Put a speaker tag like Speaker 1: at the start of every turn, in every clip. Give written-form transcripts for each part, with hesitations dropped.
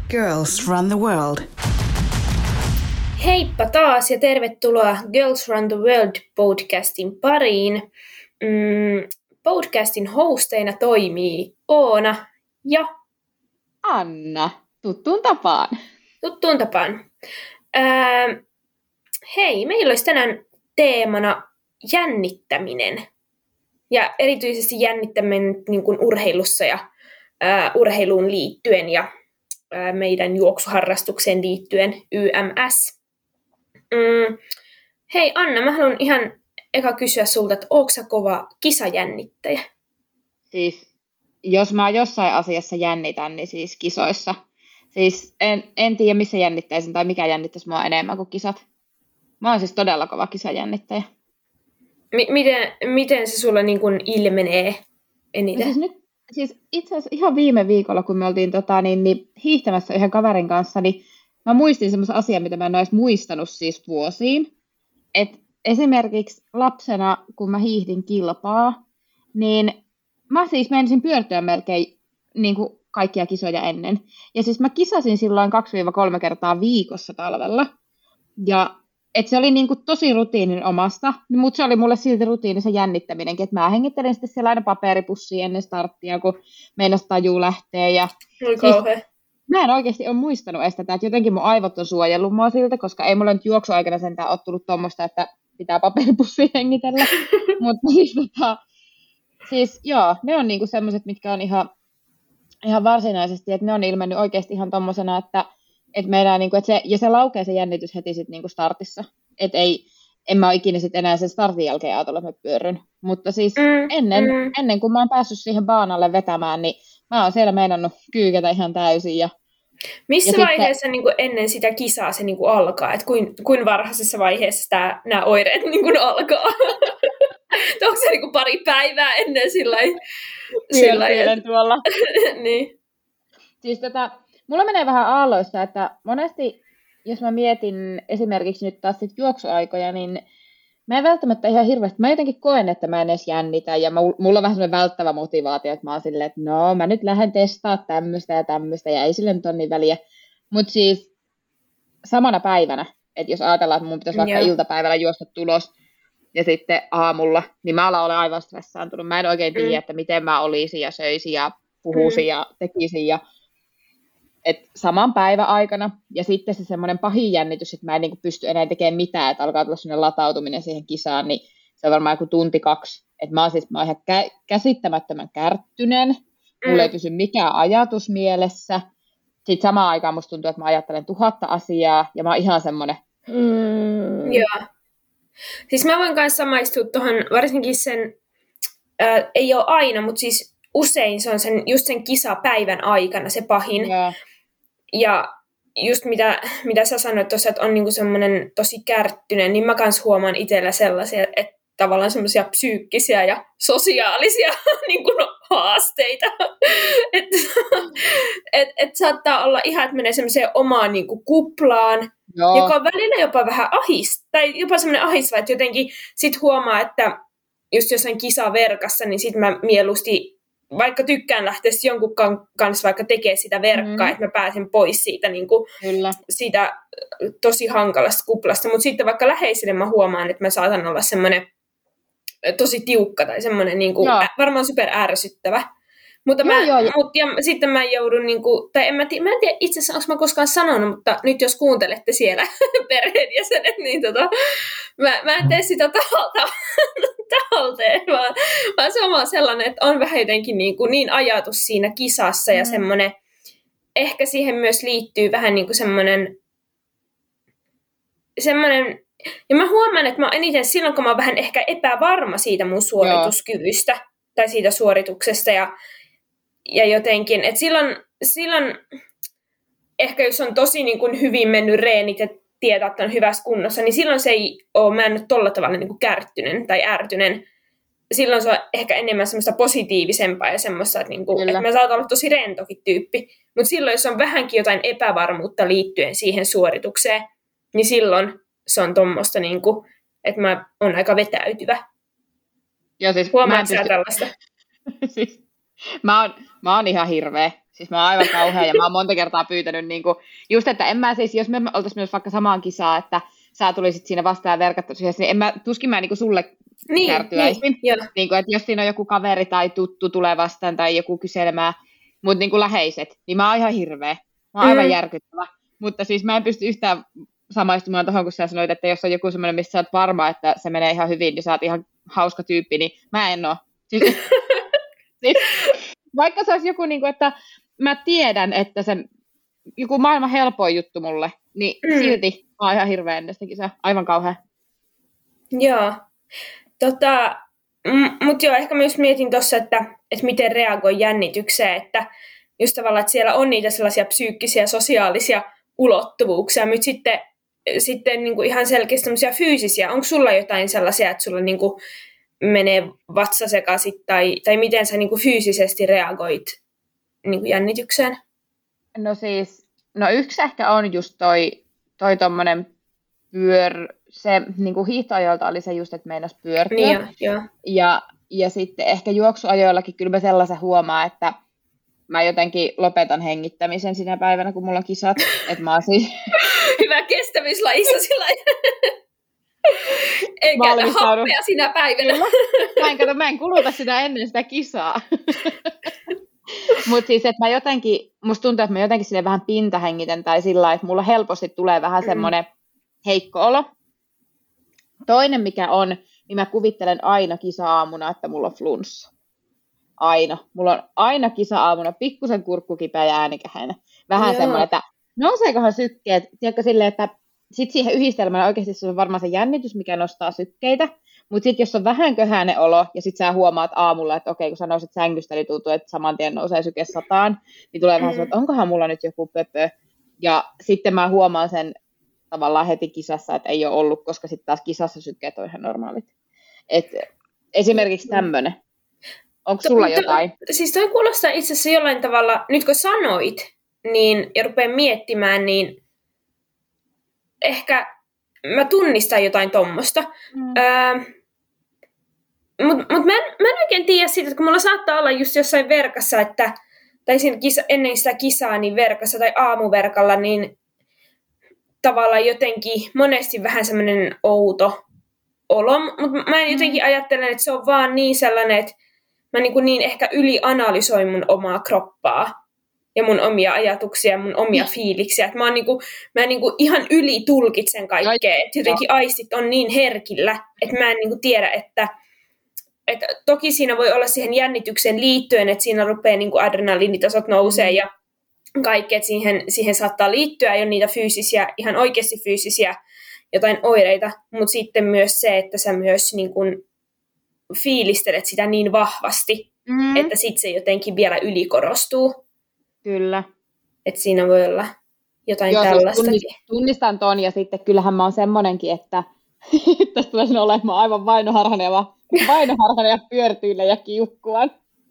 Speaker 1: Girls Run the World.
Speaker 2: Heippa taas ja tervetuloa Girls Run the World podcastin pariin. Podcastin hosteina toimii Oona ja
Speaker 3: Anna, tuttuun tapaan.
Speaker 2: Tuttuun tapaan. Hei, meillä olisi tänään teemana jännittäminen. Ja erityisesti jännittäminen niin kuin urheilussa ja urheiluun liittyen ja meidän juoksuharrastukseen liittyen YMS. Hei Anna, mä haluan ihan eka kysyä sulta, että ootko sä kova kisajännittäjä?
Speaker 3: Siis, jos mä jossain asiassa jännitän, niin siis kisoissa. Siis en tiedä, missä jännittäisin tai mikä jännittäisi mua enemmän kuin kisat. Mä oon siis todella kova kisajännittäjä.
Speaker 2: Miten se sulla niin kuin ilmenee eniten?
Speaker 3: Siis itse asiassa ihan viime viikolla, kun me oltiin hiihtämässä yhden kaverin kanssa, niin mä muistin semmoisen asian, mitä mä en olisi muistanut siis vuosiin. Et esimerkiksi lapsena, kun mä hiihdin kilpaa, niin mä siis menisin pyörtyä melkein niin kuin kaikkia kisoja ennen. Ja siis mä kisasin silloin 2-3 kertaa viikossa talvella. Ja et se oli niin kuin tosi rutiinin omasta, mutta se oli mulle silti rutiini se jännittäminenkin, että mä hengittelin sitten siellä aina paperipussiin ennen starttia, kun meinas tajuu lähtee. Ja siis, mä en oikeasti ole muistanut edes tätä, että jotenkin mun aivot on suojellut mua siltä, koska ei mulla nyt juoksuaikana sentään ole tullut tuommoista, että pitää paperipussiin hengitellä. Mutta siis joo, ne on niinku semmoiset, mitkä on ihan varsinaisesti, että ne on ilmennyt oikeasti ihan tommosena, että meidän niinku, se laukee se jännitys heti sit niinku startissa. Että en mä ole ikinä sit enää sen startin jälkeen ajatella, että mä pyörryn. Mutta siis ennen kuin mä oon päässyt siihen baanalle vetämään, niin mä oon siellä meinannut kyykätä ihan täysin.
Speaker 2: Missä vaiheessa niin ennen sitä kisaa se niin alkaa? Että kuin varhaisessa vaiheessa nämä oireet niin alkaa? Onko se niin pari päivää ennen
Speaker 3: sillä tuolla.
Speaker 2: Niin.
Speaker 3: Siis mulla menee vähän aalloissa, että monesti, jos mä mietin esimerkiksi nyt taas sit juoksuaikoja, niin mä en välttämättä ihan hirveästi, mä jotenkin koen, että mä en edes jännitä, ja mulla on vähän semmoinen välttävä motivaatio, että mä oon silleen, että no, mä nyt lähden testaa tämmöistä, ja ei sille nyt ole niin väliä. Mutta siis samana päivänä, että jos ajatellaan, että mun pitäisi vaikka iltapäivällä juosta tulos, ja sitten aamulla, niin mä alan olla aivan stressaantunut. Mä en oikein tiedä, että miten mä olisin ja söisin ja puhuisin ja tekisin, ja et saman päivän aikana, ja sitten se semmoinen pahin jännitys, että mä en niinku pysty enää tekemään mitään, että alkaa tulla semmoinen latautuminen siihen kisaan, niin se on varmaan joku 1-2 tuntia. Että mä oon ihan käsittämättömän kärttynen, mulla ei pysy mikään ajatus mielessä. Sitten samaan aikaan musta tuntuu, että mä ajattelen 1000 asiaa, ja mä oon ihan semmoinen.
Speaker 2: Joo. Siis mä voin kanssa samaistua tuohon, varsinkin sen, ei ole aina, mutta siis usein se on just sen kisapäivän aikana se pahin.
Speaker 3: Yeah.
Speaker 2: Ja just mitä sä sanoit tuossa, että on niinku semmoinen tosi kärttyinen, niin mä kans huomaan itsellä sellaisia, että tavallaan semmoisia psyykkisiä ja sosiaalisia niinku haasteita. Että saattaa olla ihan, että menee semmoiseen omaan niinku kuplaan, joka on välillä jopa vähän tai jopa semmoinen ahistava, että jotenkin sit huomaa, että just jossain kisaverkassa, niin sit mä mieluusti vaikka tykkään lähteä jonkun kanssa vaikka tekee sitä verkkaa, että mä pääsen pois siitä, niin kuin, siitä tosi hankalasta kuplasta. Mutta sitten vaikka läheisille mä huomaan, että mä saatan olla semmoinen tosi tiukka tai semmoinen niin kuin, varmaan super ärsyttävä. Mutta sitten mä joudun, niin kuin, tai mä en tiedä itse asiassa, onko mä koskaan sanonut, mutta nyt jos kuuntelette siellä perheenjäsenet, niin mä en tee sitä tahalteen, vaan se on vaan sellainen, että on vähän jotenkin niin ajatus siinä kisassa ja semmoinen, ehkä siihen myös liittyy vähän niin kuin semmoinen, ja mä huomaan, että mä eniten silloin, kun mä oon vähän ehkä epävarma siitä mun suorituskyvystä tai siitä suorituksesta ja jotenkin, että silloin ehkä jos on tosi niin kuin hyvin mennyt reenit ja tietää, että on hyvässä kunnossa, niin silloin se ei ole mennyt tolla tavalla niin kuin kärttynen tai ärtynen. Silloin se on ehkä enemmän semmoista positiivisempaa ja semmoista, että, niin kuin, että mä saatan olla tosi rentokin tyyppi. Mutta silloin, jos on vähänkin jotain epävarmuutta liittyen siihen suoritukseen, niin silloin se on tommoista, niin kuin, että mä oon aika vetäytyvä.
Speaker 3: Joo, siis
Speaker 2: huomaatko sä tällaista?
Speaker 3: Siis, mä oon ihan hirveä. Siis mä oon aivan kauhea ja mä oon monta kertaa pyytänyt niinku, just, että en mä siis, jos me oltais myös vaikka samaan kisaan, että sä tulisit siinä vastaan verkattoisesti, niin tuskin mä niinku sulle kärtyäisin. Niinku, että jos siinä on joku kaveri tai tuttu tulee vastaan tai joku kyselemään, mutta niinku läheiset, niin mä oon ihan hirveä. Mä oon aivan järkyttävä. Mutta siis mä en pysty yhtään samaistumaan tuohon, kun sä sanoit, että jos on joku semmoinen, missä sä oot varma, että se menee ihan hyvin, niin sä oot ihan hauska tyyppi, niin mä en oo. Siis, vaikka se olisi joku, niin että mä tiedän, että se joku maailman helpoin juttu mulle, niin silti mä oon ihan hirveä ennen sitä kisaa. Aivan kauhea.
Speaker 2: Joo. Mutta joo, ehkä myös mietin tuossa, että miten reagoi jännitykseen, että just tavallaan, että siellä on niitä sellaisia psyykkisiä, sosiaalisia ulottuvuuksia, mutta sitten niin kuin ihan selkeästi tämmöisiä fyysisiä. Onko sulla jotain sellaisia, että sulla niin kuin menee vatsa sekaisin, tai miten sä niin kuin fyysisesti reagoit niin kuin jännitykseen?
Speaker 3: No siis, yksi ehkä on just toi tommonen se niin kuin hiihtoajoilta oli se just, että meinas pyörtyä.
Speaker 2: Niin jo.
Speaker 3: Ja sitten ehkä juoksuajoillakin kyllä mä sellaisen huomaan, että mä jotenkin lopetan hengittämisen sinä päivänä, kun mulla on kisat. Että mä oon siis...
Speaker 2: Hyvä kestävyyslajissa sillä en käytä happea sinä päivänä.
Speaker 3: Mä en kuluta sitä ennen sitä kisaa. Mutta siis, että mä jotenkin, musta tuntuu, että mä jotenkin sille vähän pintahengitän tai sillä lailla, että mulla helposti tulee vähän semmoinen heikko olo. Toinen, mikä on, niin mä kuvittelen aina kisa-aamuna, että mulla on flunssa. Aina. Mulla on aina kisa-aamuna pikkusen kurkkukipeä ja äänikähäinen. Vähän semmoinen, että nouseekohan sykkeet. Tiedätkö silleen, että sit siihen yhdistelmään oikeasti se on varmaan se jännitys, mikä nostaa sykkeitä. Mutta sitten jos on vähän köhäinen olo ja sitten sä huomaat aamulla, että okei, kun sä nouset sängystä, niin tuntuu, että saman tien nousee syke 100, niin tulee vähän semmoinen, että onkohan mulla nyt joku pöpö. Ja sitten mä huomaan sen tavallaan heti kisassa, että ei ole ollut, koska sitten taas kisassa sykkeet on ihan normaalit. Et esimerkiksi tämmöinen. Onko sulla jotain?
Speaker 2: Siis toi kuulostaa itse asiassa jollain tavalla, nyt kun sanoit, niin, ja rupean miettimään, niin ehkä mä tunnistan jotain tommosta. Mutta mä en oikein tiedä siitä, että kun mulla saattaa olla just jossain verkassa, tai siinä ennen sitä kisaa niin verkassa tai aamuverkalla, niin tavallaan jotenkin monesti vähän semmoinen outo olo. Mutta mä en jotenkin ajattelen, että se on vaan niin sellainen, että mä niin ehkä ylianalysoin mun omaa kroppaa ja mun omia ajatuksia ja mun omia fiiliksiä. Että mä ihan ylitulkitsen kaikkea. Että jotenkin aistit on niin herkillä, että mä en tiedä, että toki siinä voi olla siihen jännitykseen liittyen, että siinä rupeaa adrenaliinitasot nousee ja kaikkea, että siihen saattaa liittyä jo niitä fyysisiä, ihan oikeasti fyysisiä jotain oireita, mutta sitten myös se, että sä myös fiilistelet sitä niin vahvasti, että sitten se jotenkin vielä ylikorostuu.
Speaker 3: Kyllä.
Speaker 2: Että siinä voi olla jotain tällaistakin.
Speaker 3: Tunnistan ton ja sitten kyllähän mä oon semmonenkin, että tästä tulee olemaan aivan vainoharhainen ja pyörtyillä ja kiukkuan.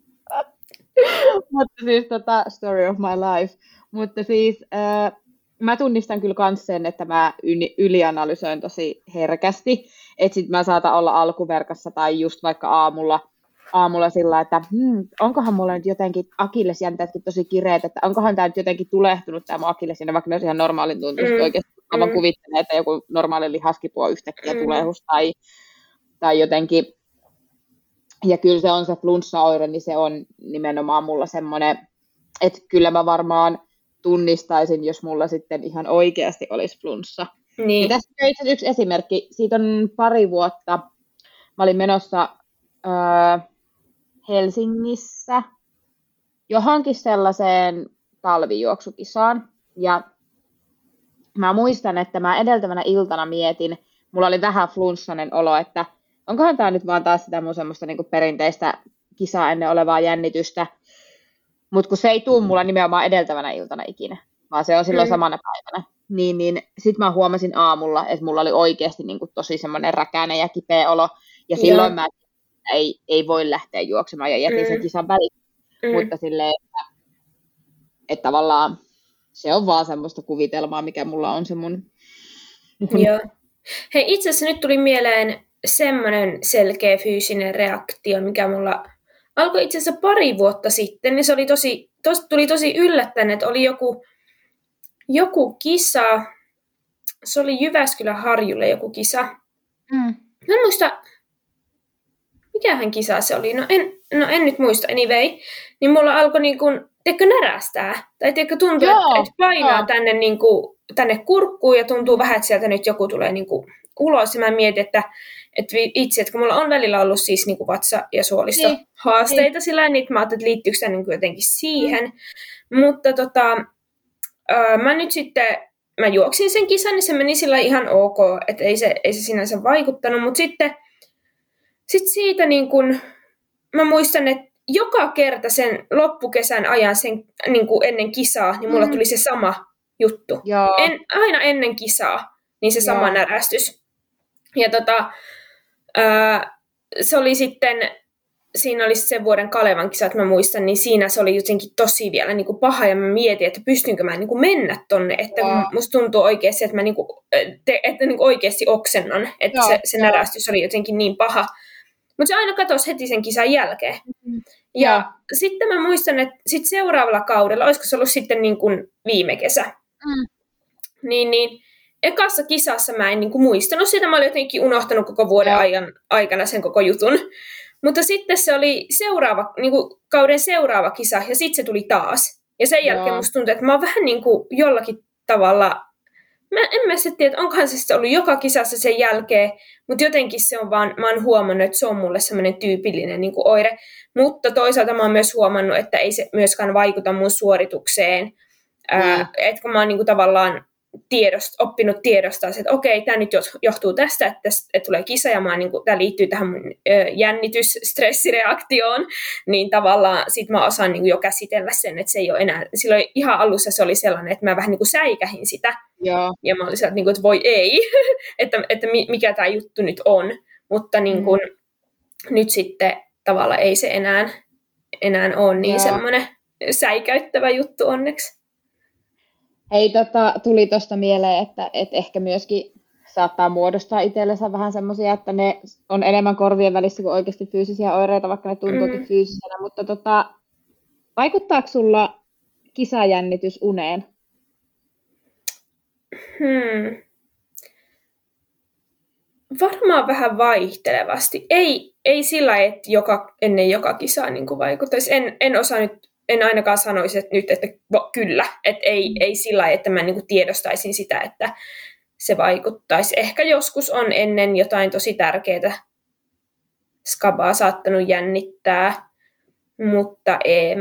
Speaker 3: Mutta siis story of my life. Mutta siis mä tunnistan kyllä kans sen, että mä ylianalysoin tosi herkästi. Että sit mä saatan olla alkuverkassa tai just vaikka aamulla sillä, että onkohan mulla nyt jotenkin akillesjänteetkin tosi kireet, että onkohan tää nyt jotenkin tulehtunut tää mun akillesjänne, vaikka ne olisi ihan normaalin tuntuista oikeasti. Mä kuvittelen, että joku normaali lihaskipu on yhtäkkiä tulehus tai jotenkin. Ja kyllä se on se flunssaoire, niin se on nimenomaan mulla semmoinen, että kyllä mä varmaan tunnistaisin, jos mulla sitten ihan oikeasti olisi flunssa.
Speaker 2: Niin.
Speaker 3: Ja tässä on itse yksi esimerkki. Siitä on pari vuotta. Mä olin menossa Helsingissä johonkin sellaiseen talvijuoksukisaan. Ja mä muistan, että mä edeltävänä iltana mietin, mulla oli vähän flunssainen olo, että onkohan tää nyt vaan taas sitä mun semmoista niinku perinteistä kisaa ennen olevaa jännitystä. Mutta kun se ei tuu mulla nimenomaan edeltävänä iltana ikinä, vaan se on silloin samana päivänä. Niin sit mä huomasin aamulla, että mulla oli oikeasti niinku tosi semmoinen räkäinen ja kipeä olo. Ja silloin mä ei voi lähteä juoksemaan ja jätin sen kisan väliin. Mutta silleen, että tavallaan se on vaan semmoista kuvitelmaa, mikä mulla on se mun...
Speaker 2: Joo. Hei, itse asiassa nyt tuli mieleen semmoinen selkeä fyysinen reaktio, mikä mulla alkoi itse asiassa 2 vuotta sitten, niin se oli tuli tosi yllättäen, että oli joku kisa, se oli Jyväskylän Harjulle joku kisa. Mä en muista, mikähän kisa se oli, no en nyt muista, anyway. Niin mulla alkoi närästää, tai tuntuu, että painaa tänne kurkkuun, ja tuntuu vähän, että sieltä nyt joku tulee ulos, ja mä mietin, että kun mulla on välillä ollut siis vatsa- ja suolistohaasteita sillä, niin mä ajattelin, että liittyykö se jotenkin siihen. Mutta mä nyt sitten, mä juoksin sen kisan, niin se meni sillä ihan ok, että ei se sinänsä vaikuttanut, mutta sitten siitä mä muistan, että joka kerta sen loppukesän ajan sen ennen kisaa, niin mulla tuli se sama juttu. Aina ennen kisaa, niin se sama närästys. Ja se oli sitten, siinä oli sen vuoden Kalevan kisat, mä muistan, niin siinä se oli jotenkin tosi vielä paha, ja mä mietin, että pystynkö mä mennä tonne, että musta tuntuu oikeasti, että mä oikeasti oksennan, että se närästys oli jotenkin niin paha. Mutta se aina katosi heti sen kisan jälkeen. Ja sitten mä muistan, että sit seuraavalla kaudella, olisiko se ollut sitten viime kesä, niin ekassa kisassa mä en muistanut sitä, mä olin jotenkin unohtanut koko vuoden aikana sen koko jutun. Mutta sitten se oli kauden seuraava kisa, ja sitten se tuli taas. Ja sen jälkeen musta tuntui, että mä oon vähän jollakin tavalla, en mä sitten tiedä, että onkohan se sitten ollut joka kisassa sen jälkeen, mutta jotenkin se on vaan, mä oon huomannut, että se on mulle semmoinen tyypillinen oire. Mutta toisaalta mä oon myös huomannut, että ei se myöskään vaikuta mun suoritukseen. Että kun mä oon tavallaan oppinut tiedostaa, että okei, tämä nyt johtuu tästä, että tulee kisa, ja tämä liittyy tähän mun jännitys-stressireaktioon, niin tavallaan sit mä osaan jo käsitellä sen, että se ei ole enää, silloin ihan alussa se oli sellainen, että mä vähän säikähin sitä, ja mä olin sellainen, että voi ei, että mikä tämä juttu nyt on, mutta nyt sitten tavallaan ei se enää ole niin semmoinen säikäyttävä juttu onneksi.
Speaker 3: Hei, tuli tuosta mieleen, että ehkä myöskin saattaa muodostaa itsellensä vähän semmoisia, että ne on enemmän korvien välissä kuin oikeasti fyysisiä oireita, vaikka ne tuntuukin fyysisenä, mutta vaikuttaako sulla kisajännitys uneen?
Speaker 2: Varmaan vähän vaihtelevasti. Ei sillä lailla, että ennen joka kisaa vaikuttaisi. En ainakaan sanoisi että nyt, että kyllä, että ei sillä lailla, että mä tiedostaisin sitä, että se vaikuttaisi. Ehkä joskus on ennen jotain tosi tärkeää skabaa saattanut jännittää, mutta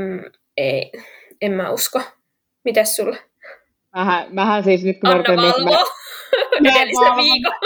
Speaker 2: en mä usko. Mites sulla?
Speaker 3: Mähän siis nyt kun
Speaker 2: Anna valvo! Edellisen viikon.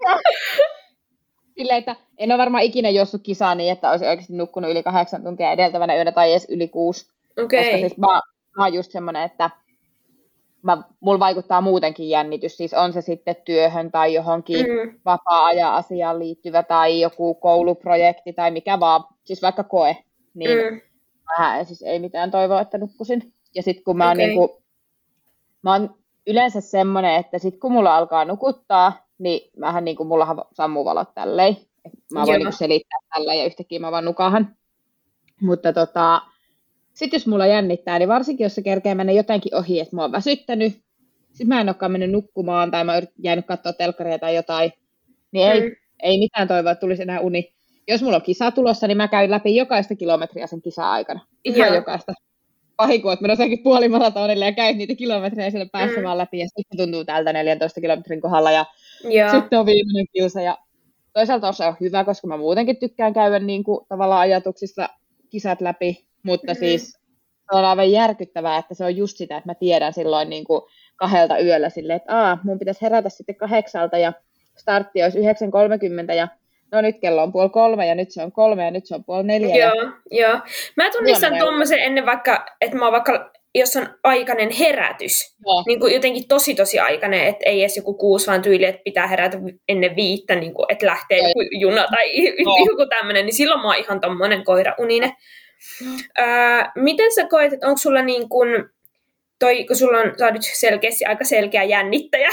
Speaker 3: Silleen, että en ole varmaan ikinä juossut kisaa niin, että olisi oikeasti nukkunut yli 8 tuntia edeltävänä yönä tai edes yli 6.
Speaker 2: Okay.
Speaker 3: Koska siis mä oon just semmoinen, että mulla vaikuttaa muutenkin jännitys. Siis on se sitten työhön tai johonkin vapaa-ajan asiaan liittyvä tai joku kouluprojekti tai mikä vaan, siis vaikka koe. Niin siis ei mitään toivoa, että nukkusin. Ja sitten kun mä oon mä oon yleensä semmoinen, että sit kun mulla alkaa nukuttaa, niin mähän mullahan sammuu valot tälleen. Mä voin selittää tälleen ja yhtäkkiä mä vaan nukahan. Mutta sitten jos mulla jännittää, niin varsinkin jos se kerkee mennä jotenkin ohi, että mä oon väsyttänyt, sitten mä en olekaan mennyt nukkumaan tai mä oon jäänyt katsoa telkkaria tai jotain, niin ei mitään toivoa, että tulisi enää uni. Jos mulla on kisa tulossa, niin mä käyn läpi jokaista kilometriä sen kisa-aikana. Ihan jokaista. Pahin kuin, että mennä senkin puolimaratonille ja käyt niitä kilometrejä siellä päässä vaan läpi ja sitten tuntuu tältä 14 kilometrin kohdalla ja sitten on viimeinen kilsa. Ja toisaalta se on hyvä, koska mä muutenkin tykkään käydä tavallaan ajatuksissa kisat läpi. Mutta siis se on aivan järkyttävää, että se on just sitä, että mä tiedän silloin 2 yöllä silleen, että mun pitäisi herätä sitten 8 ja startti olisi 9:30 ja no nyt kello on 2:30 ja nyt se on 3 ja nyt se on 3:30.
Speaker 2: Joo. Mä tunnistan tuommoisen ennen vaikka, että mä oon vaikka, jos on aikainen herätys, jotenkin tosi aikainen, että ei edes joku 6, vaan tyyli, että pitää herätä ennen 5, että lähtee joku juna tai joku tämmöinen, niin silloin mä oon ihan tommonen koirauninen. Miten sä koet, että onko sulla kun sä oot nyt selkeästi aika selkeä jännittäjä.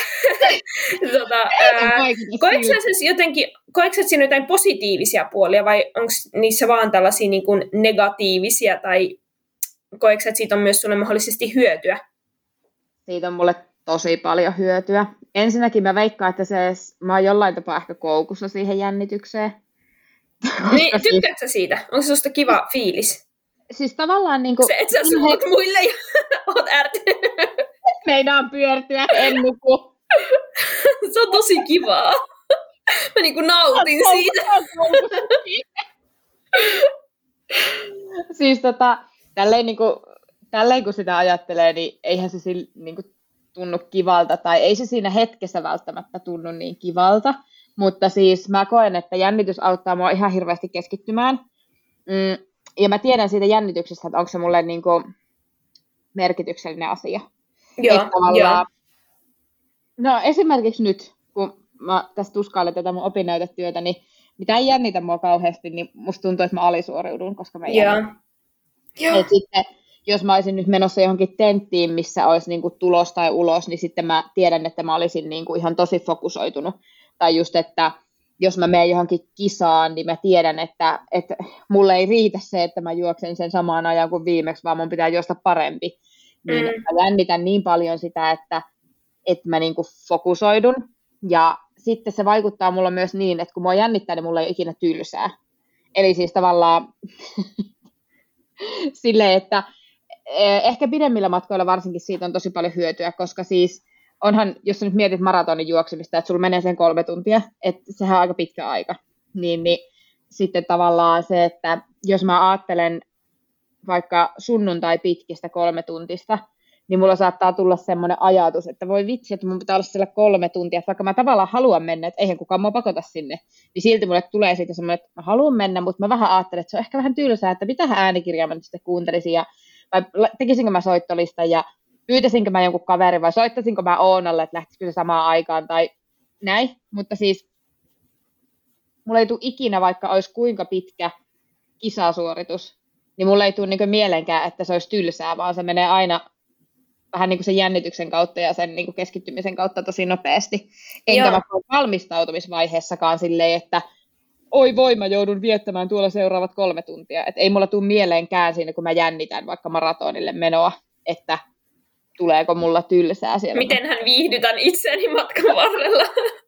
Speaker 2: Koetko sä siinä jotain positiivisia puolia vai onko niissä vaan tällaisia niin kuin negatiivisia tai koetko sä, että siitä on myös sulle mahdollisesti hyötyä?
Speaker 3: Siitä on mulle tosi paljon hyötyä. Ensinnäkin mä veikkaan, että mä oon jollain tapaa ehkä koukussa siihen jännitykseen.
Speaker 2: Niin, tykkäätkö sä siitä? Onko se susta kiva fiilis?
Speaker 3: Siis tavallaan niinku...
Speaker 2: Se, et sä suut muille ja oot ärtynyt.
Speaker 3: Meinaan pyörtyä, en nuku.
Speaker 2: Se on tosi kivaa. Mä niinku nautin siitä.
Speaker 3: Siis tälleen kun sitä ajattelee, niin eihän se niinku tunnu kivalta, tai ei se siinä hetkessä välttämättä tunnu niin kivalta, mutta siis mä koen, että jännitys auttaa mua ihan hirveästi keskittymään. Ja mä tiedän siitä jännityksestä, että onko se mulle niinku merkityksellinen asia.
Speaker 2: Joo.
Speaker 3: No esimerkiksi nyt, kun mä tässä tuskailen tätä mun opinnäytetyötä, niin mitä ei jännitä mua kauheasti, niin musta tuntuu, että mä alisuoriudun, koska mä jännitän. Et sitten, jos mä olisin nyt menossa johonkin tenttiin, missä olisi niinku tulos tai ulos, niin sitten mä tiedän, että mä olisin niinku ihan tosi fokusoitunut. Tai just, että jos mä menen johonkin kisaan, niin mä tiedän, että mulle ei riitä se, että mä juoksen sen samaan ajan kuin viimeksi, vaan mun pitää juosta parempi. Niin mä jännitän niin paljon sitä, että mä niinku fokusoidun. Ja sitten se vaikuttaa mulla myös niin, että kun mua jännittää, niin mulla ei ole ikinä tylsää. Eli siis tavallaan silleen, että ehkä pidemmillä matkoilla varsinkin siitä on tosi paljon hyötyä, koska siis onhan, jos sä nyt mietit maratonin juoksemista, että sulla menee sen 3 tuntia, että sehän on aika pitkä aika, niin sitten tavallaan se, että jos mä ajattelen vaikka sunnuntai pitkistä 3 tuntista, niin mulla saattaa tulla semmoinen ajatus, että voi vitsi, että mun pitää olla siellä 3 tuntia, että vaikka mä tavallaan haluan mennä, että eihän kukaan mua pakota sinne, niin silti mulle tulee siitä semmoinen, että mä haluan mennä, mutta mä vähän ajattelen, että se on ehkä vähän tylsää, että mitähän äänikirjaa mä nyt sitten kuuntelisin, vai tekisinkö mä soittolistan, ja pyytäisinkö mä jonkun kaverin, vai soittaisinko mä Oonalle, että lähtisikö se samaan aikaan, tai näin, mutta siis mulla ei tule ikinä, vaikka olisi kuinka pitkä kisasuoritus, niin mulla ei tule niin mielenkään, että se olisi tylsää, vaan se menee aina vähän niin kuin sen jännityksen kautta ja sen niin kuin keskittymisen kautta tosi nopeasti. Enkä mä valmistautumisvaiheessakaan silleen, että oi voi, mä joudun viettämään tuolla seuraavat 3 tuntia. Et ei mulla tule mieleenkään siinä, kun mä jännitän vaikka maratonille menoa, että tuleeko mulla tylsää siellä.
Speaker 2: Miten hän viihdytän itseäni matkan varrella.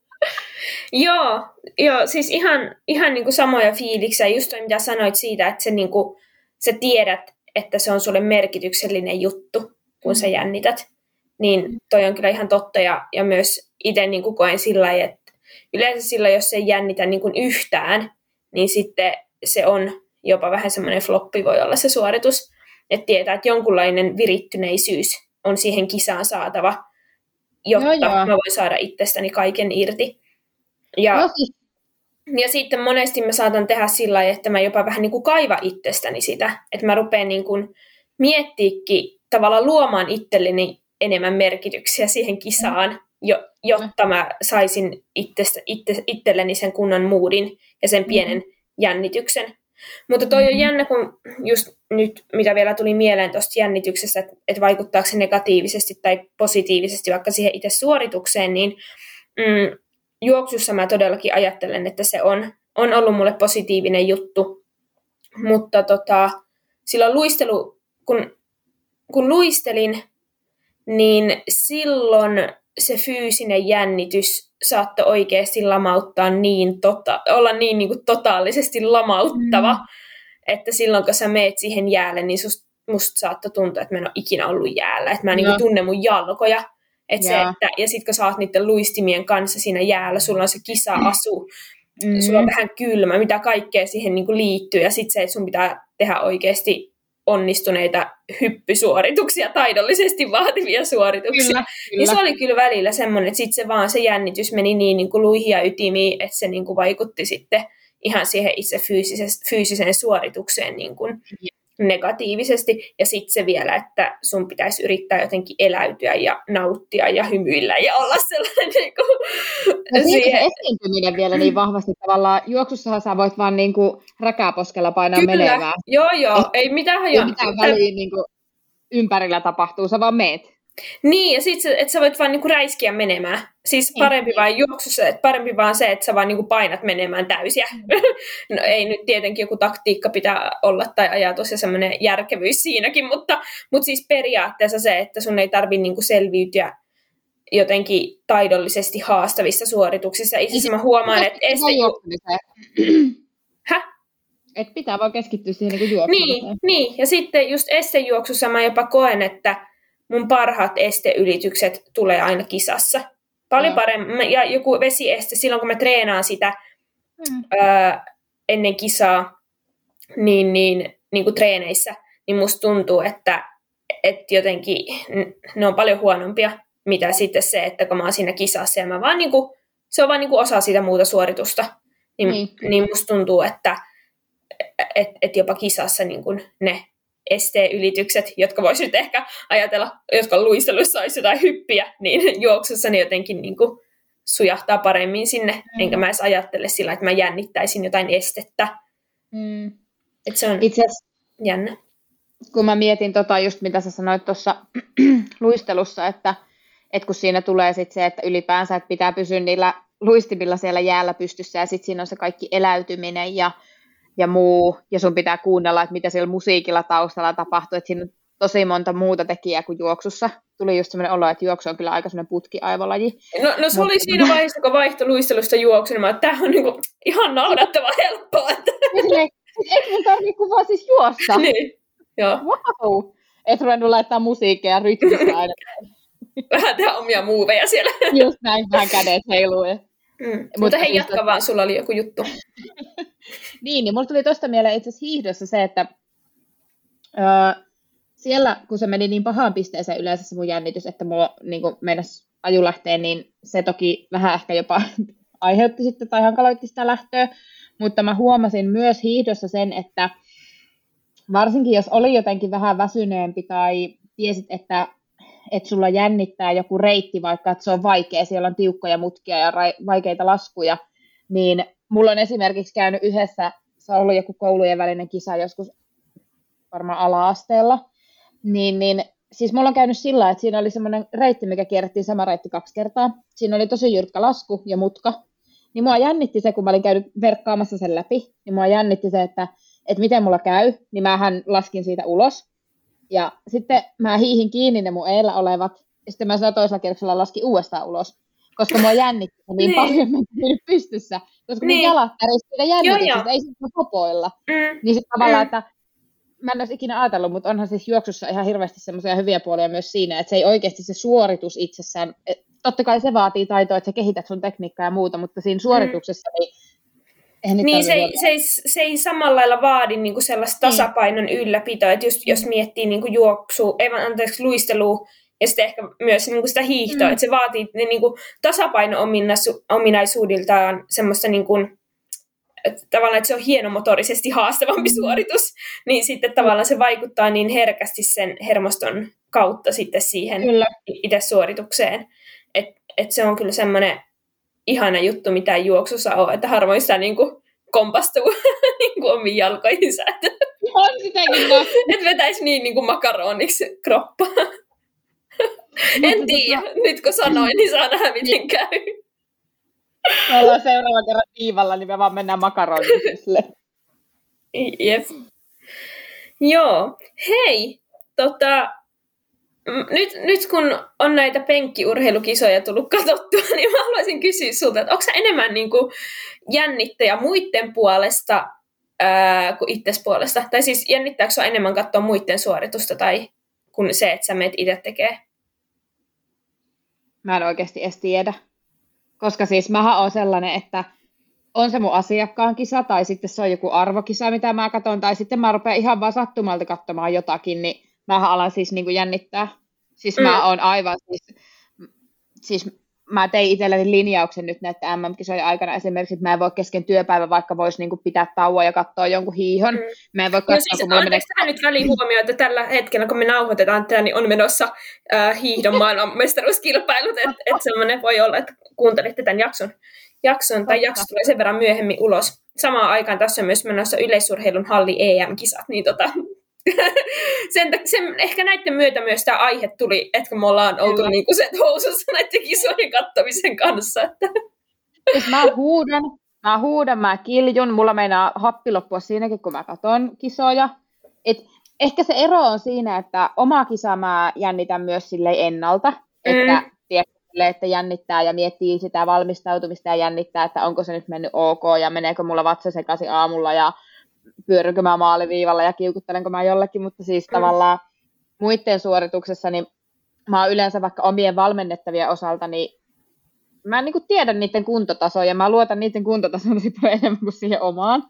Speaker 2: Joo, siis ihan niin kuin samoja fiiliksiä. Just toi, mitä sanoit siitä, että se niin kuin, sä tiedät, että se on sulle merkityksellinen juttu, kun sä jännität. Niin toi on kyllä ihan totta. Ja myös itse niin kuin koen sillä lailla, että yleensä silloin, jos ei jännitä niin kuin yhtään, niin sitten se on jopa vähän semmoinen floppi voi olla se suoritus. Että tietää, että jonkunlainen virittyneisyys on siihen kisaan saatava, jotta mä voin saada itsestäni kaiken irti. Ja sitten monesti mä saatan tehdä sillä lailla, että mä jopa vähän niin kuin kaiva itsestäni sitä. Että mä rupean niin kuin miettiäkin tavallaan luomaan itselleni enemmän merkityksiä siihen kisaan, jotta mä saisin itselleni sen kunnon moodin ja sen pienen jännityksen. Mutta toi on jännä, kun just nyt, mitä vielä tuli mieleen tuosta jännityksestä, että vaikuttaako se negatiivisesti tai positiivisesti vaikka siihen itse suoritukseen, niin juoksussa mä todellakin ajattelen, että se on ollut mulle positiivinen juttu. Mutta silloin kun luistelin, niin silloin se fyysinen jännitys saattoi oikeasti lamauttaa olla niin kuin totaalisesti lamauttava, että silloin kun sä meet siihen jäälle, niin musta saattoi tuntua, että mä en ole ikinä ollut jäällä, että mä niin kuin tunnen mun jalkoja. Ja sit kun sä oot niiden luistimien kanssa siinä jäällä, sulla on se kisa-asu, sulla on vähän kylmä, mitä kaikkea siihen niin kuin liittyy, ja sit se, että sun pitää tehdä oikeasti onnistuneita hyppysuorituksia, taidollisesti vaativia suorituksia. Kyllä. Niin se oli kyllä välillä semmoinen, että sitten se jännitys meni niin kuin luihin ja ytimiin, että se niin kuin vaikutti sitten ihan siihen itse fyysiseen suoritukseen niin kuin negatiivisesti. Ja sitten se vielä, että sun pitäisi yrittää jotenkin eläytyä ja nauttia ja hymyillä ja olla sellainen niin kuin
Speaker 3: siihen. Se esiintyminen vielä niin vahvasti tavallaan. Juoksussahan sä voit vaan niin kuin räkäposkella painaa menevää.
Speaker 2: Joo. Ei mitään
Speaker 3: väliä niin kuin ympärillä tapahtuu, sä vaan meet.
Speaker 2: Niin, ja sitten että sä voit vaan niinku räiskiä menemään. Siis parempi vaan juoksussa, että parempi vaan se, että sä vaan niinku painat menemään täysiä. No ei nyt tietenkin joku taktiikka pitää olla tai ajatus ja semmoinen järkevyys siinäkin, mutta siis periaatteessa se, että sun ei tarvitse niinku selviytyä jotenkin taidollisesti haastavissa suorituksissa. Itse asiassa mä huomaan, että
Speaker 3: että pitää vaan keskittyä siihen niin juoksumiseen.
Speaker 2: Niin, ja sitten just estejuoksussa mä jopa koen, että mun parhaat esteylitykset tulee aina kisassa. Paljon paremmin. Ja joku vesieste, silloin kun mä treenaan sitä ennen kisaa, niin kuin treeneissä, niin musta tuntuu, että jotenkin ne on paljon huonompia, mitä sitten se, että kun mä oon siinä kisassa ja mä vaan niinku, se on vaan niinku osa sitä muuta suoritusta. Niin musta tuntuu, että jopa kisassa niin kuin ne esteylitykset, jotka voisi nyt ehkä ajatella, jotka luistelussa olisi jotain hyppiä, niin juoksussa ne jotenkin niin kuin sujahtaa paremmin sinne. Enkä mä edes ajattele sillä, että mä jännittäisin jotain estettä. Että se on itse asiassa jännä.
Speaker 3: Kun mä mietin just mitä sä sanoit tuossa luistelussa, että kun siinä tulee sit se, että ylipäänsä että pitää pysyä niillä luistimilla siellä jäällä pystyssä ja sitten siinä on se kaikki eläytyminen ja muu, ja sun pitää kuunnella, että mitä siellä musiikilla taustalla tapahtuu, että siinä on tosi monta muuta tekijää kuin juoksussa. Tuli just semmoinen olo, että juoksu on kyllä aika semmoinen putkiaivolaji.
Speaker 2: No se oli siinä vaiheessa, kun vaihtoi luistelusta juoksun, että tämä on niinku ihan naudattava helppoa.
Speaker 3: Eikö mun tarvitse kuvaa siis juosta?
Speaker 2: Niin, joo.
Speaker 3: Wow! Et ruvennut laittaa musiikkia ja rytmistä aina.
Speaker 2: Vähän tehdä omia muuveja siellä.
Speaker 3: Just näin, vähän kädet heiluu.
Speaker 2: Mutta hei, jatka vaan, sulla oli joku juttu.
Speaker 3: niin mulla tuli tuosta mieleen itse asiassa hiihdossa se, että siellä, kun se meni niin pahaan pisteeseen yleensä se mun jännitys, että mulla niin meinasi aju lähteä, niin se toki vähän ehkä jopa aiheutti sitten tai hankaloitti sitä lähtöä, mutta mä huomasin myös hiihdossa sen, että varsinkin jos oli jotenkin vähän väsyneempi tai tiesit, että sulla jännittää joku reitti, vaikka että se on vaikea, siellä on tiukkoja mutkia ja vaikeita laskuja, niin mulla on esimerkiksi käynyt yhdessä, se on ollut joku koulujen välinen kisa joskus varmaan ala-asteella, niin siis mulla on käynyt sillä, että siinä oli semmoinen reitti, mikä kierrettiin sama reitti 2 kertaa. Siinä oli tosi jyrkkä lasku ja mutka. Niin mua jännitti se, kun mä olin käynyt verkkaamassa sen läpi, niin mua jännitti se, että miten mulla käy, niin mähän laskin siitä ulos. Ja sitten mä hiihin kiinni ne mun eellä olevat, ja sitten mä siellä toisella kierroksella laskin uudestaan ulos. Koska mua jännitti niin paljon, että mä en pystyssä. Koska mun jalat tärisi siitä jännityksestä, ei sitten popoilla. Niin sitten tavallaan, että mä en olisi ikinä ajatellut, mutta onhan siis juoksussa ihan hirveästi semmoisia hyviä puolia myös siinä, että se ei oikeasti se suoritus itsessään, totta kai se vaatii taitoa, että sä kehität sun tekniikkaa ja muuta, mutta siinä suorituksessa
Speaker 2: niin se ei samalla lailla vaadi niinku sellaista tasapainon ylläpitoa, että just jos miettii niinku luistelua ja sitten ehkä myös niinku sitä hiihtoa, että se vaatii niinku tasapaino-ominaisuudeltaan semmoista niinku, tavallaan, että se on hienomotorisesti haastavampi suoritus, niin sitten tavallaan se vaikuttaa niin herkästi sen hermoston kautta sitten siihen itse suoritukseen. Että se on kyllä semmoinen ihana juttu, mitä juoksussa on, että harvoin sitä niinku kompastuu niinku omiin jalkoihinsa.
Speaker 3: On sitäkin.
Speaker 2: Että vetäisi niinku makaroniksi kroppaa. En tiedä, nyt kun sanoin, niin saa nähdä miten käy.
Speaker 3: Me ollaan seuraavan kerran viivalla, niin me vaan mennään makaronisille.
Speaker 2: Jep. Joo. Hei, nyt kun on näitä penkkiurheilukisoja tullut katsottua, niin mä haluaisin kysyä sulta, että onko sä enemmän niinku jännittäjä muiden puolesta kuin itses puolesta? Tai siis jännittääkö sua enemmän katsoa muiden suoritusta tai kun se, että sä meet itse tekee?
Speaker 3: Mä en oikeasti edes tiedä. Koska siis mähän on sellainen, että on se mun asiakkaan kisa, tai sitten se on joku arvokisa, mitä mä katson, tai sitten mä rupean ihan vaan sattumalta katsomaan jotakin, niin mähän alan siis niin kuin jännittää. Siis mä oon aivan siis mä tein itselleni linjauksen nyt näiden MM-kisojen aikana esimerkiksi, että mä en voi kesken työpäivän, vaikka voisi niin kuin pitää tauon ja katsoa jonkun hiihon. Mä en voi katsoa,
Speaker 2: siis, kun mulla menee... nyt väliin huomioon, että tällä hetkellä, kun me nauhoitetaan tätä, niin on menossa hiihdon maailmanmestaruuskilpailut, että semmoinen voi olla, että kuuntelitte tämän jakson tai jakso tulee sen verran myöhemmin ulos. Samaan aikaan tässä on myös menossa yleisurheilun halli EM-kisat, niin sen ehkä näiden myötä myös tämä aihe tuli, että me ollaan oltu niinku se housussa näiden kisojen kattomisen kanssa. Että.
Speaker 3: Siis mä huudan, mä kiljun, mulla meinaa happi loppua siinäkin, kun mä katson kisoja. Ehkä se ero on siinä, että oma kisa mä jännitän myös silleen ennalta, että jännittää ja miettii sitä valmistautumista ja jännittää, että onko se nyt mennyt ok ja meneekö mulla vatsa sekaisin aamulla ja pyörykö mä maaliviivalla ja kiukuttelenko mä jollekin, mutta siis tavallaan muiden suorituksessa, niin mä oon yleensä vaikka omien valmennettavien osalta, niin mä en niin kuin tiedä niiden kuntotasoa ja mä luotan niiden kuntotasoon enemmän kuin siihen omaan,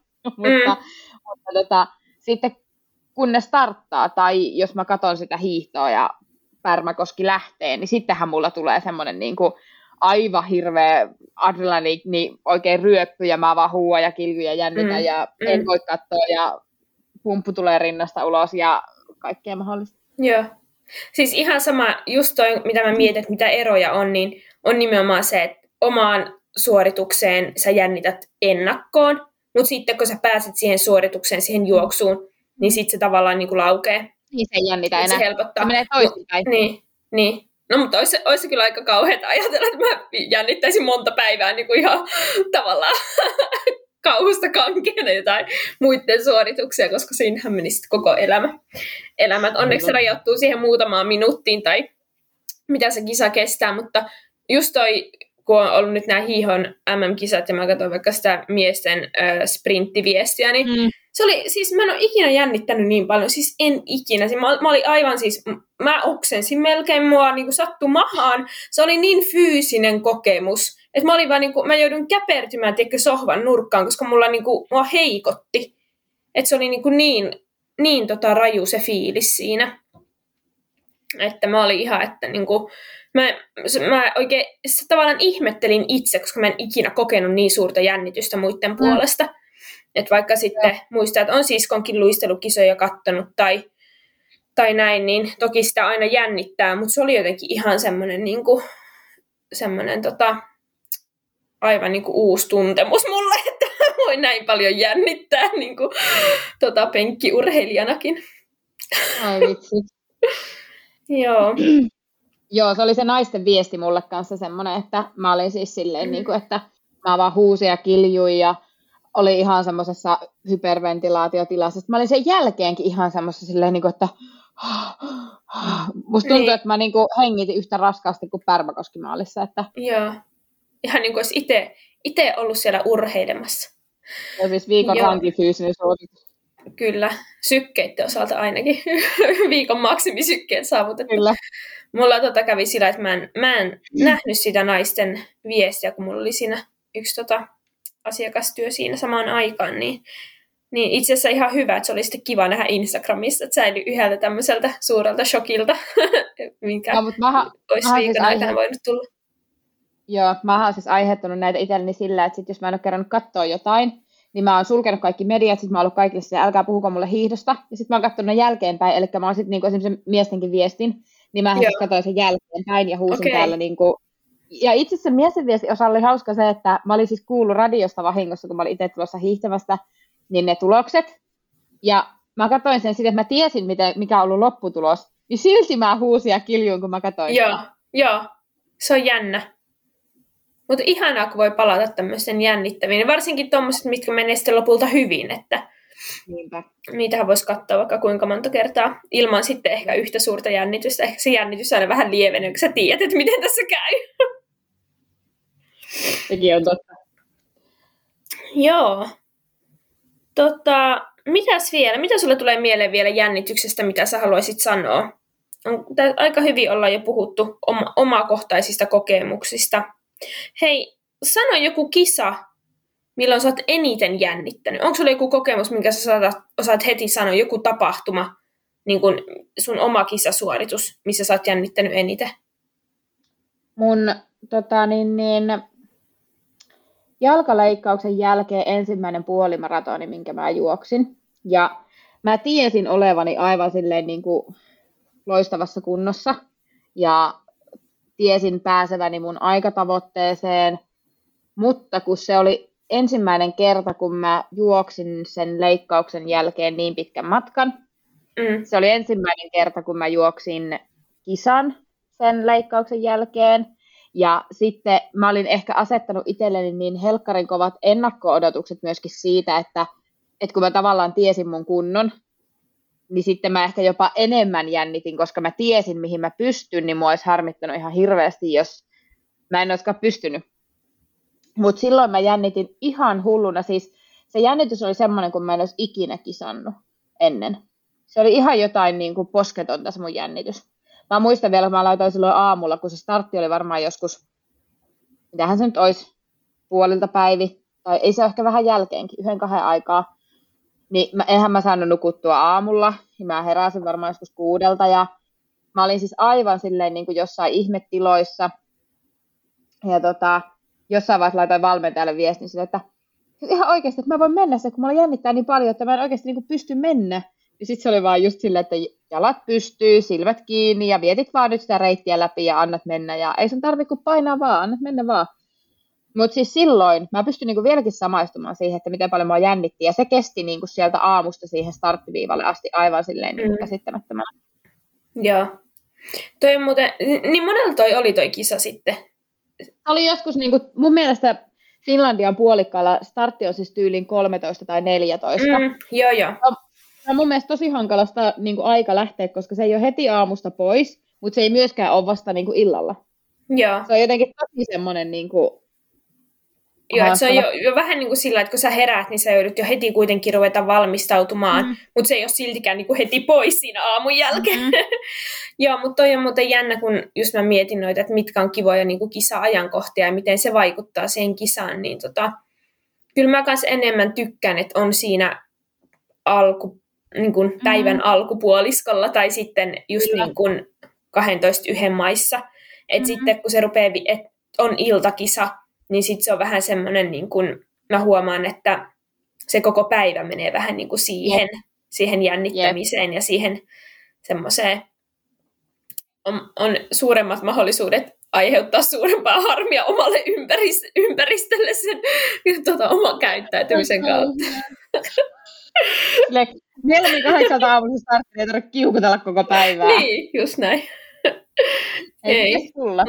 Speaker 3: mutta sitten kun ne starttaa tai jos mä katson sitä hiihtoa ja Pärmäkoski lähtee, niin sittenhän mulla tulee semmoinen niin kuin aivan hirveä adrenaliini, oikein ryöppy ja mä vaan huuan ja kilkyn ja jännitän ja en voi katsoa ja pumppu tulee rinnasta ulos ja kaikkea mahdollista.
Speaker 2: Joo. Siis ihan sama, just toi, mitä mä mietin, että mitä eroja on, niin on nimenomaan se, että omaan suoritukseen sä jännität ennakkoon, mutta sitten kun sä pääset siihen suoritukseen, siihen juoksuun, niin sitten se tavallaan niin kuin laukee.
Speaker 3: Niin se ei jännitä enää.
Speaker 2: Se helpottaa.
Speaker 3: Se menee toisinpäin.
Speaker 2: Niin. No, mutta olisi kyllä aika kauheata ajatella, että mä jännittäisin monta päivää niin kuin ihan tavallaan kauhusta kankeena jotain muiden suorituksia, koska siinähän menisi koko elämä. Onneksi se rajoittuu siihen muutamaan minuuttiin tai mitä se kisa kestää, mutta just toi, kun on ollut nyt nämä hiihon MM-kisat ja mä katsoin vaikka sitä miesten sprinttiviestiä, niin se oli, siis mä en ole ikinä jännittänyt niin paljon, siis en ikinä. Mä olin aivan siis, mä oksensin melkein, mua niin kuin sattui mahaan. Se oli niin fyysinen kokemus, että mä olin vaan niin kuin, mä joudun käpertymään sohvan nurkkaan, koska mua heikotti. Että se oli niin raju se fiilis siinä. Että mä olin ihan, että niin kuin, mä oikein tavallaan ihmettelin itse, koska mä en ikinä kokenut niin suurta jännitystä muiden puolesta. Että vaikka sitten muistaa, että on siskonkin luistelukisoja kattonut tai näin, niin toki sitä aina jännittää, mutta se oli jotenkin ihan semmoinen aivan niin kuin uusi tuntemus mulle, että voi näin paljon jännittää niin kuin, penkkiurheilijanakin.
Speaker 3: Ai vitsi.
Speaker 2: Joo.
Speaker 3: Joo, se oli se naisten viesti mulle kanssa semmoinen, että mä olin siis silleen, niin kuin, että mä vaan huusin ja kiljuin ja oli ihan semmoisessa hyperventilaatiotilassa. Mä olin sen jälkeenkin ihan semmoisessa silleen, niin kuin, että musta tuntuu, että mä niin kuin hengitin yhtä raskaasti kuin Pärmäkoskimaalissa. Että.
Speaker 2: Joo, ihan niin kuin olisi itse ollut siellä urheilemassa.
Speaker 3: Ja siis viikon rankin fyysinen suoritus.
Speaker 2: Kyllä, sykkeiden osalta ainakin. Viikon maksimisykkeet saavutettu.
Speaker 3: Kyllä.
Speaker 2: Mulla kävi sillä, että mä en nähnyt sitä naisten viestiä, kun mulla oli siinä yksi asiakastyö siinä samaan aikaan, niin itse asiassa ihan hyvä, että se oli sitten kiva nähdä Instagramissa, että säilyi yhdeltä tämmöiseltä suurelta shokilta, minkä olisi viikon aikana voinut tulla.
Speaker 3: Joo, mä oon siis aiheuttanut näitä itselleni sillä, että sit jos mä en ole kerännyt katsoa jotain, niin mä oon sulkenut kaikki mediat, sit mä oon ollut kaikille se, älkää puhuko mulle hiihdosta, ja sit mä oon katsonut jälkeenpäin, eli mä oon sit niinku esimerkiksi miestenkin viestin, niin mä siis katsoin sen jälkeenpäin ja huusin täällä niinku. Ja itse asiassa miesten viesti osa oli hauska se, että mä olin siis kuullut radiosta vahingossa, kun mä olin itse tulossa hiihtämästä, niin ne tulokset. Ja mä katsoin sen sitten, että mä tiesin, mikä on ollut lopputulos. Niin silti mä huusin ja kiljuin, kun mä katsoin.
Speaker 2: Joo. Se on jännä. Mutta ihanaa, kun voi palata tämmöisen jännittäviin. Varsinkin tommoset, mitkä menee sitten lopulta hyvin. Että
Speaker 3: niinpä.
Speaker 2: Niitähän voisi katsoa vaikka kuinka monta kertaa. Ilman sitten ehkä yhtä suurta jännitystä. Ehkä se jännitys aina vähän lievenee, kun sä tiedät, että miten tässä käy.
Speaker 3: Sekin on totta.
Speaker 2: Joo. Mitäs vielä? Mitä sulle tulee mieleen vielä jännityksestä, mitä sä haluaisit sanoa? On aika hyvin ollaan jo puhuttu omakohtaisista kokemuksista. Hei, sano joku kisa, milloin sä oot eniten jännittänyt. Onko sulla joku kokemus, minkä sä osaat heti sanoa, joku tapahtuma, niin kuin sun oma kisasuoritus, missä sä oot jännittänyt eniten?
Speaker 3: Mun jalkaleikkauksen jälkeen ensimmäinen puolimaratoni, minkä mä juoksin. Ja mä tiesin olevani aivan silleen niin kuin loistavassa kunnossa. Ja tiesin pääseväni mun aikatavoitteeseen. Mutta kun se oli ensimmäinen kerta, kun mä juoksin sen leikkauksen jälkeen niin pitkän matkan, Se oli ensimmäinen kerta, kun mä juoksin kisan sen leikkauksen jälkeen. Ja sitten mä olin ehkä asettanut itselleni niin helkkarin kovat ennakko-odotukset myöskin siitä, että kun mä tavallaan tiesin mun kunnon, niin sitten mä ehkä jopa enemmän jännitin, koska mä tiesin, mihin mä pystyn, niin mua olisi harmittanut ihan hirveästi, jos mä en olisikaan pystynyt. Mutta silloin mä jännitin ihan hulluna. Siis se jännitys oli semmoinen, kun mä en olisi ikinä kisannut ennen. Se oli ihan jotain niin kuin posketonta se mun jännitys. Mä muistan vielä, kun mä laitoin silloin aamulla, kun se startti oli varmaan joskus, mitähän se nyt olisi, puolilta päivi, tai ei se ole ehkä vähän jälkeenkin, 1-2 aikaa. Niin enhän mä saanut nukuttua aamulla, niin mä heräsin varmaan joskus 6, ja mä olin siis aivan silleen niin kuin jossain ihmetiloissa. Ja jossain vaiheessa laitoin valmentajalle viestin sille, että ihan oikeasti, että mä voin mennä se, kun mulla jännittää niin paljon, että mä en oikeasti niin kuin pysty mennä. Ja sitten se oli vaan just silleen, että jalat pystyy, silmät kiinni ja vietit vaan nyt sitä reittiä läpi ja annat mennä. Ja ei sun tarvitse kuin painaa vaan, annat mennä vaan. Mutta siis silloin mä pystyn niinku vieläkin samaistumaan siihen, että miten paljon mua jännitti. Ja se kesti niinku sieltä aamusta siihen starttiviivalle asti aivan silleen niinku käsittämättömänä.
Speaker 2: Joo. Toi muuten, niin monella toi oli toi kisa sitten?
Speaker 3: Oli joskus niinku, mun mielestä Finlandian puolikkaalla startti on siis tyyliin 13 tai 14.
Speaker 2: Joo.
Speaker 3: On mun mielestä tosi hankalasta niinku aika lähteä, koska se ei ole heti aamusta pois, mutta se ei myöskään ole vasta niinku illalla.
Speaker 2: Joo.
Speaker 3: Se on jotenkin tosi semmoinen niinku
Speaker 2: joo, että se on jo vähän niin kuin sillä, että kun sä heräät, niin sä joudut jo heti kuitenkin ruveta valmistautumaan, mutta se ei ole siltikään niin kuin heti pois siinä aamun jälkeen. Joo, mutta toi on muuten jännä, kun just mä mietin noita, että mitkä on kivoja niin kuin kisa-ajankohtia ja miten se vaikuttaa siihen kisaan, niin kyllä mä kans enemmän tykkään, että on siinä niin kuin päivän alkupuoliskolla tai sitten just niin kuin 12 maissa. Että sitten kun se rupeaa, että on iltakisa, niin sitten se on vähän semmoinen, niin kuin mä huomaan, että se koko päivä menee vähän niin kuin siihen jännittämiseen ja siihen semmoiseen, on suuremmat mahdollisuudet aiheuttaa suurempaa harmia omalle ympäristölle sen oman käyttäytymisen kautta.
Speaker 3: Mieluummin 8 aamulla startti, ei tarvitse kiukutella koko päivää.
Speaker 2: Niin, just näin.
Speaker 3: Ei sulla.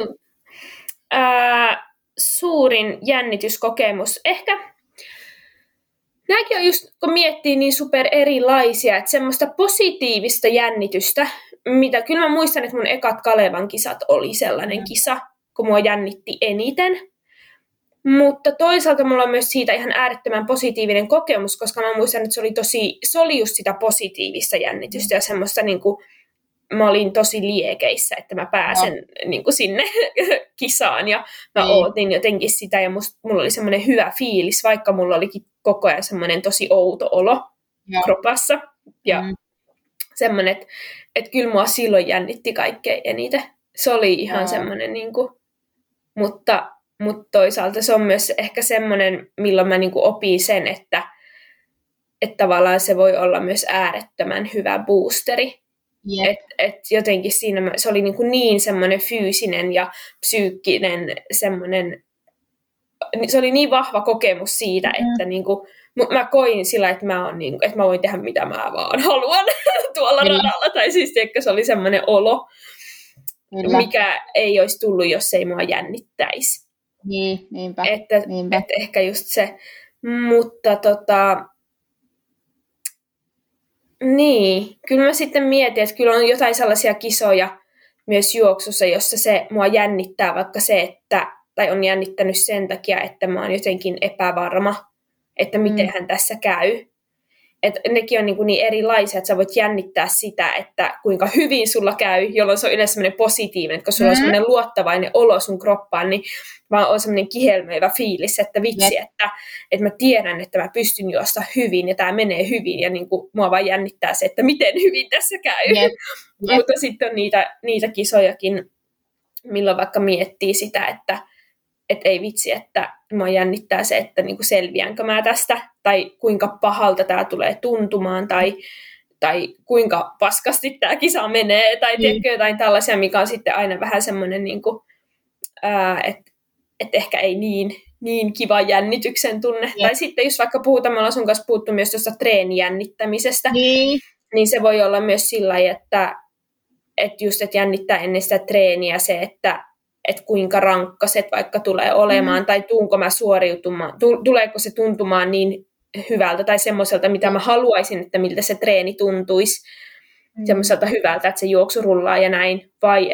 Speaker 2: Suurin jännityskokemus. Ehkä nämäkin on just, kun miettii, niin super erilaisia, että semmoista positiivista jännitystä, mitä kyllä mä muistan, että mun ekat Kalevan kisat oli sellainen kisa, kun mua jännitti eniten. Mutta toisaalta mulla on myös siitä ihan äärettömän positiivinen kokemus, koska mä muistan, että se oli just sitä positiivista jännitystä ja semmoista niinku, mä olin tosi liekeissä, että mä pääsen niin kuin sinne kisaan ja mä ootin jotenkin sitä ja mulla oli semmoinen hyvä fiilis, vaikka mulla olikin koko ajan semmoinen tosi outo olo kropassa ja semmoinen, että kyllä mua silloin jännitti kaikkein eniten. Se oli ihan semmoinen, niin kuin, mutta toisaalta se on myös ehkä semmoinen, milloin mä niin kuin opin sen, että tavallaan se voi olla myös äärettömän hyvä boosteri. Et jotenkin siinä se oli niin semmoinen fyysinen ja psyykkinen semmoinen, se oli niin vahva kokemus siitä, että niinku, mä koin sillä, että että mä voin tehdä mitä mä vaan haluan tuolla radalla. Tai siis että se oli semmoinen olo, mikä ei olisi tullut, jos ei mua jännittäisi.
Speaker 3: Niin, niinpä.
Speaker 2: Että ehkä just se, mutta niin, kyllä mä sitten mietin, että kyllä on jotain sellaisia kisoja myös juoksussa, jossa se mua jännittää vaikka se, tai on jännittänyt sen takia, että mä oon jotenkin epävarma, että mitenhän tässä käy. Että nekin on niin erilaisia, että sä voit jännittää sitä, että kuinka hyvin sulla käy, jolloin se on yleensä semmoinen positiivinen, että kun sulla on semmoinen luottavainen olo sun kroppaan, niin vaan on semmoinen kihelmöivä fiilis, että vitsi, että mä tiedän, että mä pystyn juosta hyvin ja tämä menee hyvin ja niin kuin mua vaan jännittää se, että miten hyvin tässä käy. Mutta sitten on niitä kisojakin, milloin vaikka miettii sitä, että ei vitsi, että mua jännittää se, että niinku selviänkö mä tästä, tai kuinka pahalta tämä tulee tuntumaan, tai kuinka paskasti tämä kisa menee, tai tiedätkö jotain tällaisia, mikä on sitten aina vähän semmoinen, niinku, että ehkä ei niin kiva jännityksen tunne. Tai sitten jos vaikka me ollaan sun kanssa puhuttu myös tuosta treenijännittämisestä, niin se voi olla myös sillä lailla, että just että jännittää ennen sitä treeniä se, että kuinka rankka se vaikka tulee olemaan, tai tuunko mä suoriutumaan, tuleeko se tuntumaan niin hyvältä tai semmoiselta, mitä mä haluaisin, että miltä se treeni tuntuisi, semmoiselta hyvältä, että se juoksu rullaa ja näin, vai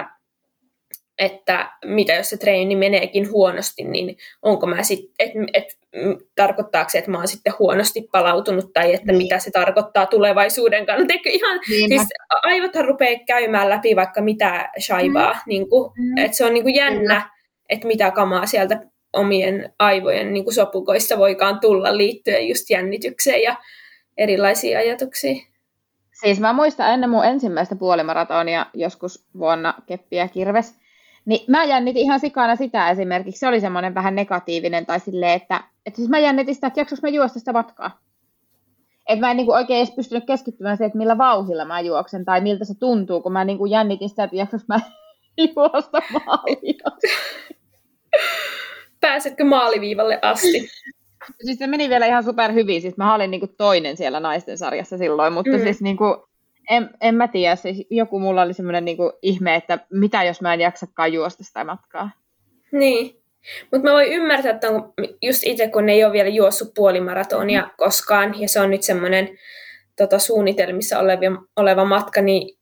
Speaker 2: että mitä jos se treeni meneekin huonosti, niin onko mä sitten, tarkoittaako se, että mä oon sitten huonosti palautunut, tai että mitä se tarkoittaa tulevaisuuden kannalta. Siis aivothan rupeaa käymään läpi vaikka mitä shaibaa, niin että se on niin kuin jännä, että mitä kamaa sieltä omien aivojen niin kuin sopukoissa voikaan tulla liittyen just jännitykseen ja erilaisiin ajatuksiin.
Speaker 3: Siis mä muistan ennen mun ensimmäistä puolimaratonia joskus vuonna Keppi ja Kirves, niin mä jännitin ihan sikana sitä esimerkiksi. Se oli semmoinen vähän negatiivinen tai silleen, että siis mä jännitin sitä, että jaksoinko mä juosta sitä matkaa. Että mä en niin kuin oikein edes pystynyt keskittymään siihen, että millä vauhdilla mä juoksen tai miltä se tuntuu, kun mä niin kuin jännitin sitä, että jaksoinko mä juosta maalia.
Speaker 2: Pääsetkö maaliviivalle asti?
Speaker 3: Siis se meni vielä ihan super hyvin. Siis mä olin niin kuin toinen siellä naisten sarjassa silloin, mutta siis niin kuin en mä tiedä, siis joku mulla oli semmoinen niinku ihme, että mitä jos mä en jaksakaan juosta sitä matkaa.
Speaker 2: Niin, mutta mä voin ymmärtää, että on just itse kun ei ole vielä juossut puolimaratonia koskaan, ja se on nyt semmoinen suunnitelmissa oleva matka, niin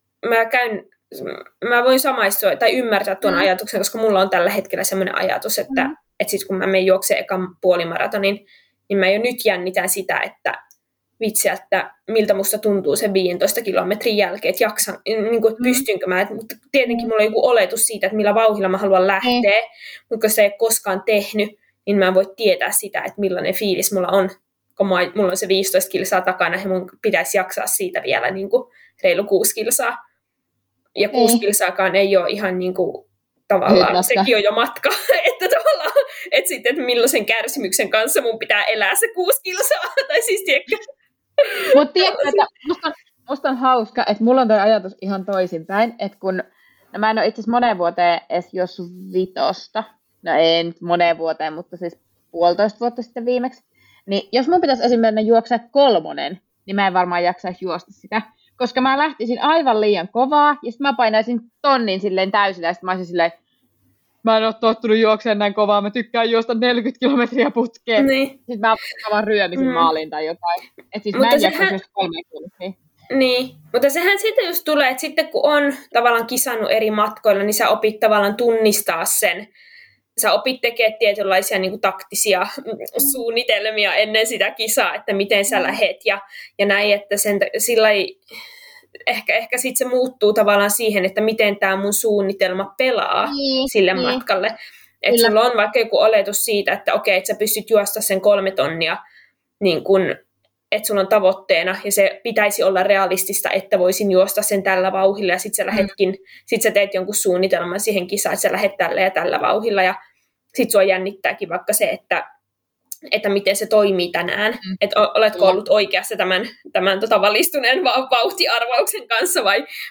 Speaker 2: mä voin samaistua tai ymmärtää tuon ajatuksen, koska mulla on tällä hetkellä semmoinen ajatus, että sit kun mä menen juokseen ekan puolimaratonin, niin mä jo nyt jännitän sitä, että vitsi, että miltä musta tuntuu sen 15 kilometrin jälkeen, että jaksan, niin kuin, että pystynkö mä. Mutta tietenkin mulla on joku oletus siitä, että millä vauhdilla mä haluan lähteä, mutta kun se ei ole koskaan tehnyt, niin mä en voi tietää sitä, että millainen fiilis mulla on, kun mulla on se 15 kilsaa takana, ja mun pitäisi jaksaa siitä vielä niin kuin, reilu 6 kilsaa. Ja 6 kilsaakaan ei ole ihan niin kuin, tavallaan, sekin on jo matka, että tavallaan, että sitten, että millaisen kärsimyksen kanssa mun pitää elää se 6 kilsaa, tai siis tiedätkö.
Speaker 3: Mutta tiedätkö, että musta on hauska, että mulla on toi ajatus ihan toisinpäin, että kun, no mä en ole itse asiassa moneen vuoteen edes juossut 5, no ei nyt moneen vuoteen, mutta siis 1,5 vuotta sitten viimeksi, niin jos mun pitäisi esimerkiksi juoksaa 3, niin mä en varmaan jaksaisi juosta sitä, koska mä lähtisin aivan liian kovaa, ja sitten mä painaisin tonnin silleen täysillä, ja sitten mä olisin silleen, mä en ole tottunut juokseen näin kovaa, mä tykkään juosta 40 kilometriä putkeen. Niin. Sitten mä vaan ryömisin maaliin tai jotain. Että siis mä en jaksaisi just 3 kilometriä.
Speaker 2: Niin, mutta sehän sitten just tulee, että sitten kun on tavallaan kisannut eri matkoilla, niin sä opit tavallaan tunnistaa sen. Sä opit tekemään tietynlaisia niin kuin taktisia suunnitelmia ennen sitä kisaa, että miten sä lähet ja näin, että sillai, ehkä sitten se muuttuu tavallaan siihen, että miten tämä mun suunnitelma pelaa sille matkalle. Että sulla on vaikka joku oletus siitä, että okei, että sä pystyt juosta sen 3 tonnia, niin kun, että sulla on tavoitteena, ja se pitäisi olla realistista, että voisin juosta sen tällä vauhdilla, ja sit sä teet jonkun suunnitelman siihen kisaan, että sä lähet tällä ja tällä vauhdilla, ja sit sua jännittääkin vaikka se, että miten se toimii tänään. Että oletko ollut oikeassa tämän valistuneen vauhtiarvauksen kanssa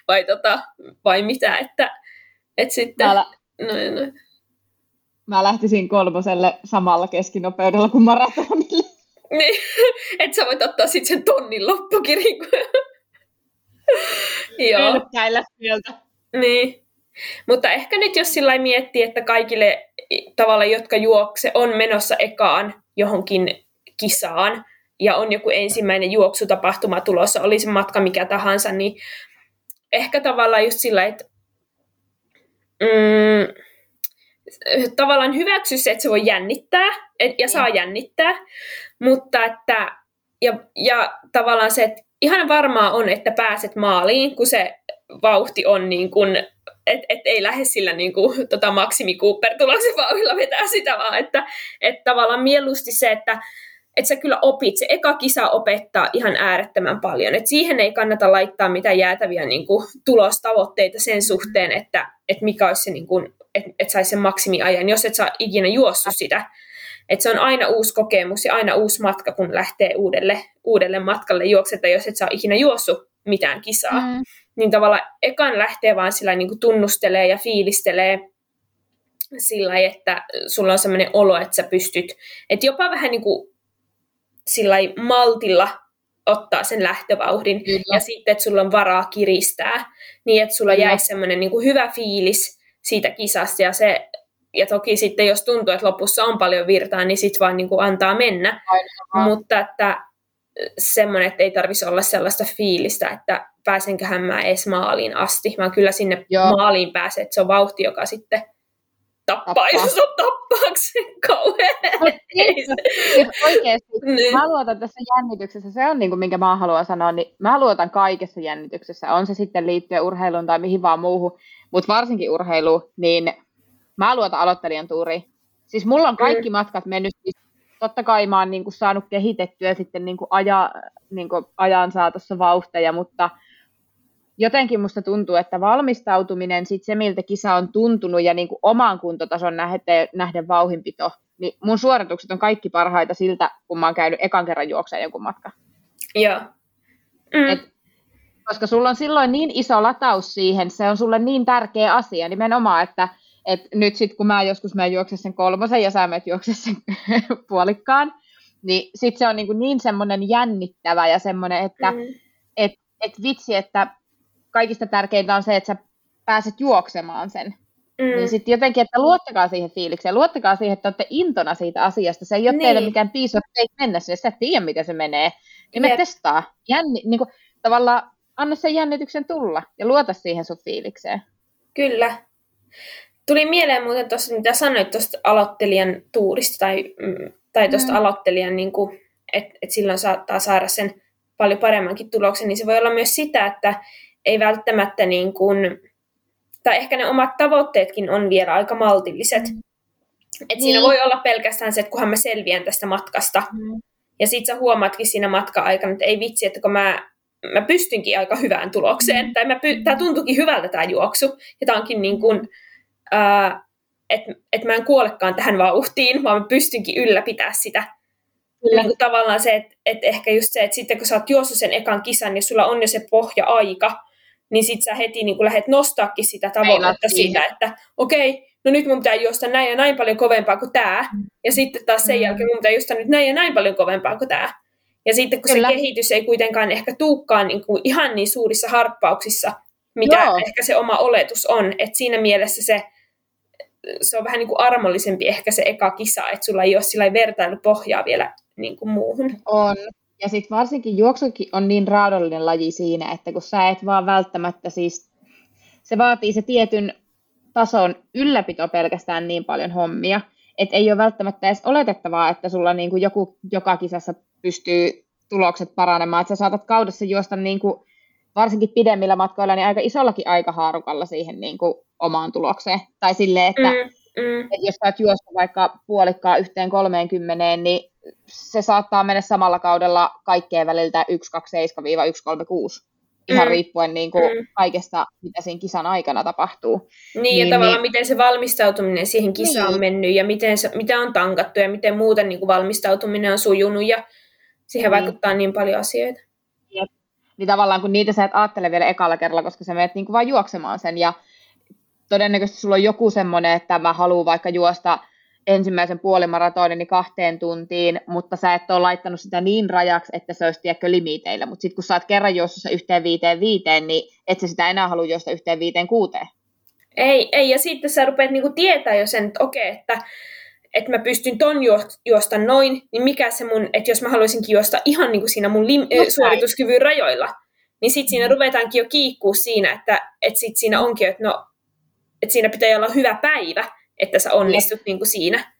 Speaker 2: vai mitä, että sitten.
Speaker 3: Mä lähtisin 3 samalla keskinopeudella kuin maratonille.
Speaker 2: Niin, että sä voit ottaa sitten sen tonnin loppukirjan. Joo.
Speaker 3: Pelkkäillä sieltä.
Speaker 2: Niin. Mutta ehkä nyt jos sillä miettii, että kaikille tavalla, jotka on menossa ekaan johonkin kisaan ja on joku ensimmäinen juoksutapahtuma tulossa, oli se matka mikä tahansa, niin ehkä tavallaan just sillä, että tavallaan hyväksy se, että se voi jännittää ja saa jännittää, mutta että ja tavallaan se, että ihan varmaa on, että pääset maaliin, kun se vauhti on niin kuin, et ei lähde sillä niin kuin, Maximi Cooper-tuloksen vauhdilla vetää sitä, vaan että tavallaan mieluusti se, että sä kyllä opit, se eka kisa opettaa ihan äärettömän paljon. Et siihen ei kannata laittaa mitään jäätäviä niin kuin, tulostavoitteita sen suhteen, että mikä olisi se, niin kuin, että saisi sen maksimiajan, jos et saa ikinä juossut sitä. Että se on aina uusi kokemus ja aina uusi matka, kun lähtee uudelle matkalle juoksetta, jos et saa ikinä juossut mitään kisaa. Niin tavallaan ekan lähtee vaan sillä niin kuin tunnustelee ja fiilistelee sillä, että sulla on sellainen olo, että sä pystyt, että jopa vähän niin kuin sillä maltilla ottaa sen lähtövauhdin.
Speaker 3: Kyllä.
Speaker 2: Ja sitten, että sulla on varaa kiristää. Niin, että sulla jäisi semmoinen niin kuin hyvä fiilis siitä kisasta. Ja toki sitten, jos tuntuu, että lopussa on paljon virtaa, niin sitten vaan niin kuin antaa mennä. Mutta että semmoinen, että ei tarvitsisi olla sellaista fiilistä, että pääsenköhän mä edes maaliin asti. Vaan kyllä sinne maaliin pääsee, että se on vauhti, joka sitten tappaa. Jos on tappaaksi kauhean.
Speaker 3: Oikeasti, mä luotan tässä jännityksessä, se on niin kuin, minkä mä haluan sanoa, niin mä luotan kaikessa jännityksessä, on se sitten liittyen urheiluun tai mihin vaan muuhun, mutta varsinkin urheiluun, niin mä luotan aloittelijan tuuriin. Siis mulla on kaikki matkat mennyt, siis totta kai mä oon niin kuin saanut kehitettyä sitten niin kuin ajan saatossa vauhteja, mutta jotenkin musta tuntuu, että valmistautuminen, sit se miltä kisa on tuntunut ja niin kuin oman kuntotason nähden vauhinpito, niin mun suoritukset on kaikki parhaita siltä, kun mä oon käynyt ekan kerran juokseen jonkun matkan.
Speaker 2: Joo.
Speaker 3: Koska sulla on silloin niin iso lataus siihen, se on sulle niin tärkeä asia nimenomaan, että nyt sitten kun mä joskus juoksen sen 3 ja sä menet juoksen sen puolikkaan, niin sitten se on niin semmoinen jännittävä ja semmoinen, että et vitsi, että kaikista tärkeintä on se, että sä pääset juoksemaan sen. Niin sitten jotenkin, että luottakaa siihen fiilikseen, luottakaa siihen, että olette intona siitä asiasta. Se ei ole teille mikään piece of cake mennä, jos sä et tiedä, miten se menee. Niin me testaa. Tavallaan anna sen jännityksen tulla ja luota siihen sun fiilikseen.
Speaker 2: Kyllä. Tuli mieleen muuten tuossa, mitä sanoit tuosta aloittelijan tuurista tai tuosta aloittelijan, niin että silloin saattaa saada sen paljon paremmankin tuloksen, niin se voi olla myös sitä, että ei välttämättä niin kuin, tai ehkä ne omat tavoitteetkin on vielä aika maltilliset. Et siinä voi olla pelkästään se, että kunhan mä selviän tästä matkasta. Ja sit sä huomaatkin siinä matka-aikana, että ei vitsi, että kun mä pystynkin aika hyvään tulokseen, tai tää tuntuukin hyvältä tää juoksu, ja tää onkin niin kuin, että mä en kuolekaan tähän vauhtiin, vaan mä pystynkin ylläpitää sitä. Niin kuin tavallaan se, että ehkä just se, että sitten kun sä oot juossut sen ekan kisan, ja sulla on jo se pohja-aika, niin sit sä heti niin kuin lähdet nostaakin sitä tavoitetta siitä, että okei, no nyt mun pitää juosta näin ja näin paljon kovempaa kuin tää, ja sitten taas sen jälkeen mun pitää juosta nyt näin ja näin paljon kovempaa kuin tää. Ja sitten kun se kehitys ei kuitenkaan ehkä tuukaan niin kuin ihan niin suurissa harppauksissa, mitä ehkä se oma oletus on, että siinä mielessä se on vähän niin kuin armollisempi ehkä se eka kisa, että sulla ei ole sillä vertailupohjaa vielä niin kuin muuhun.
Speaker 3: On. Ja sitten varsinkin juoksukin on niin raadollinen laji siinä, että kun sä et vaan välttämättä siis, se vaatii se tietyn tason ylläpito pelkästään niin paljon hommia, että ei ole välttämättä edes oletettavaa, että sulla niin kuin joku joka kisassa pystyy tulokset paranemaan, että sä saatat kaudessa juosta niin kuin, varsinkin pidemmillä matkoilla niin aika isollakin aikahaarukalla siihen niin kuin omaan tulokseen. Tai silleen, että jos sä oot juosta vaikka puolikkaa 1:30, niin se saattaa mennä samalla kaudella kaikkeen väliltä 1:27–1:36. Ihan riippuen niin kuin kaikesta, mitä siinä kisan aikana tapahtuu.
Speaker 2: Niin, ja tavallaan miten se valmistautuminen siihen kisaan on mennyt, ja miten on tankattu, ja miten muuten niin kuin valmistautuminen on sujunut, ja siihen vaikuttaa niin paljon asioita.
Speaker 3: Jep. Niin tavallaan kun niitä sä et ajattele vielä ekalla kerralla, koska sä menet niin kuin vaan juoksemaan sen, ja todennäköisesti sulla on joku semmoinen, että mä haluan vaikka juosta ensimmäisen puolimaratonin 2 tuntiin, mutta sä et ole laittanut sitä niin rajaksi, että se olisi tiedäkö limiteillä. Mutta sitten kun sä oot kerran juostossa 1:55, niin et sä sitä enää halua juosta 1:56.
Speaker 2: Ei, ja sitten sä rupeat niinku tietää jo sen, että okei, että mä pystyn ton juosta noin, niin mikä se mun, että jos mä haluaisinkin juosta ihan niinku siinä mun suorituskyvyn rajoilla, niin sitten siinä ruvetaankin jo kiikkuu siinä, että sitten siinä onkin, että no, että siinä pitää olla hyvä päivä, että sä onnistut niin kuin siinä.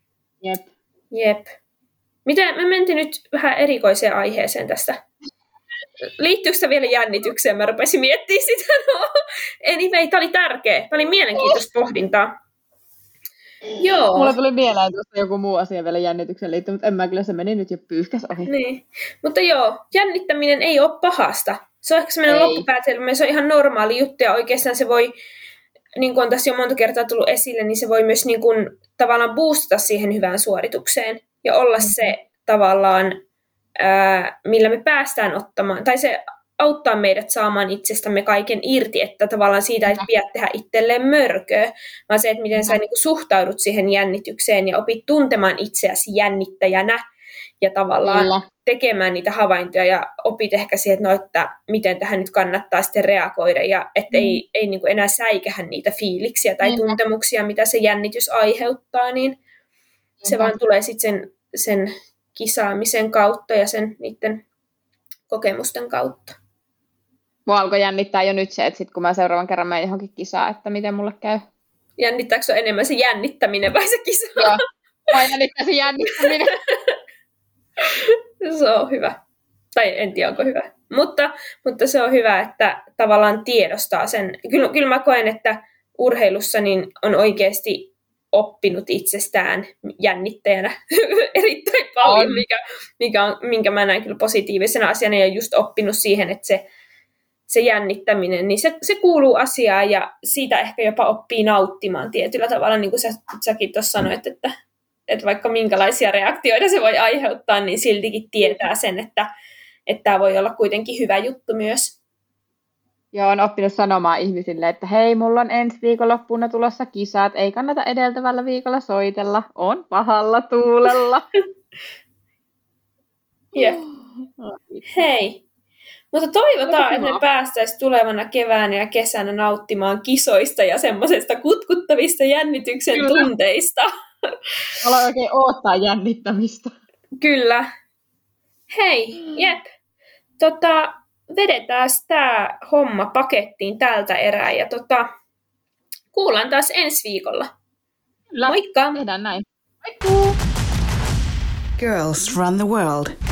Speaker 2: Jep. Miten me mentiin nyt vähän erikoiseen aiheeseen tästä? Liittyykö sitä vielä jännitykseen? Mä rupesin miettimään sitä. No. Anyway, tää oli tärkeä. Tää oli mielenkiintoista pohdintaa. Joo.
Speaker 3: Mulla tuli mieleen tuosta joku muu asia vielä jännitykseen liittyen, mutta en mä kyllä, se meni nyt jo pyyhkäs ohi.
Speaker 2: Niin. Mutta joo, jännittäminen ei ole pahasta. Se on ehkä semmoinen loppupäätelmä, se on ihan normaali juttu, ja oikeastaan se voi, niin kuin on tässä jo monta kertaa tullut esille, niin se voi myös niin kuin tavallaan boostata siihen hyvään suoritukseen ja olla se tavallaan, millä me päästään ottamaan, tai se auttaa meidät saamaan itsestämme kaiken irti, että tavallaan siitä ei pidä tehdä itselleen mörköä, vaan se, että miten sä niin kuin suhtaudut siihen jännitykseen ja opit tuntemaan itseäsi jännittäjänä ja tavallaan tekemään niitä havaintoja ja opit ehkä siihen, että miten tähän nyt kannattaa sitten reagoida ja että ei niin kuin enää säikähä niitä fiiliksiä tai tuntemuksia, mitä se jännitys aiheuttaa, niin se vaan tulee sitten sen kisaamisen kautta ja sen niiden kokemusten kautta.
Speaker 3: Mua alkoi jännittää jo nyt se, että sit kun mä seuraavan kerran menen johonkin kisaan, että miten mulle käy.
Speaker 2: Jännittääkö se enemmän se jännittäminen vai se kisa?
Speaker 3: Joo, mä jännittää se jännittäminen.
Speaker 2: Se on hyvä. Tai en tiedä, onko hyvä. Mutta se on hyvä, että tavallaan tiedostaa sen. Kyllä mä koen, että urheilussa niin on oikeasti oppinut itsestään jännittäjänä erittäin paljon, minkä mä näen kyllä positiivisena asiana ja just oppinut siihen, että se jännittäminen, niin se kuuluu asiaan ja siitä ehkä jopa oppii nauttimaan tietyllä tavalla, niin kuin säkin tuossa sanoit, että vaikka minkälaisia reaktioita se voi aiheuttaa, niin siltikin tietää sen, että tämä voi olla kuitenkin hyvä juttu myös.
Speaker 3: Joo, on oppinut sanomaan ihmisille, että hei, mulla on ensi viikonloppuna tulossa kisat, ei kannata edeltävällä viikolla soitella, on pahalla tuulella.
Speaker 2: Jep. Hei. Mutta toivotaan, että me päästäisiin tulevana keväänä ja kesänä nauttimaan kisoista ja semmoisesta kutkuttavista jännityksen tunteista.
Speaker 3: Aloin oikein odottaa jännittämistä.
Speaker 2: Kyllä. Hei, jep. Vedetään tämä homma pakettiin tältä erää ja kuullaan taas ensi viikolla.
Speaker 3: Kyllä.
Speaker 2: Moikka!
Speaker 3: Tehdään näin. Moikkuu!
Speaker 1: Girls run the world.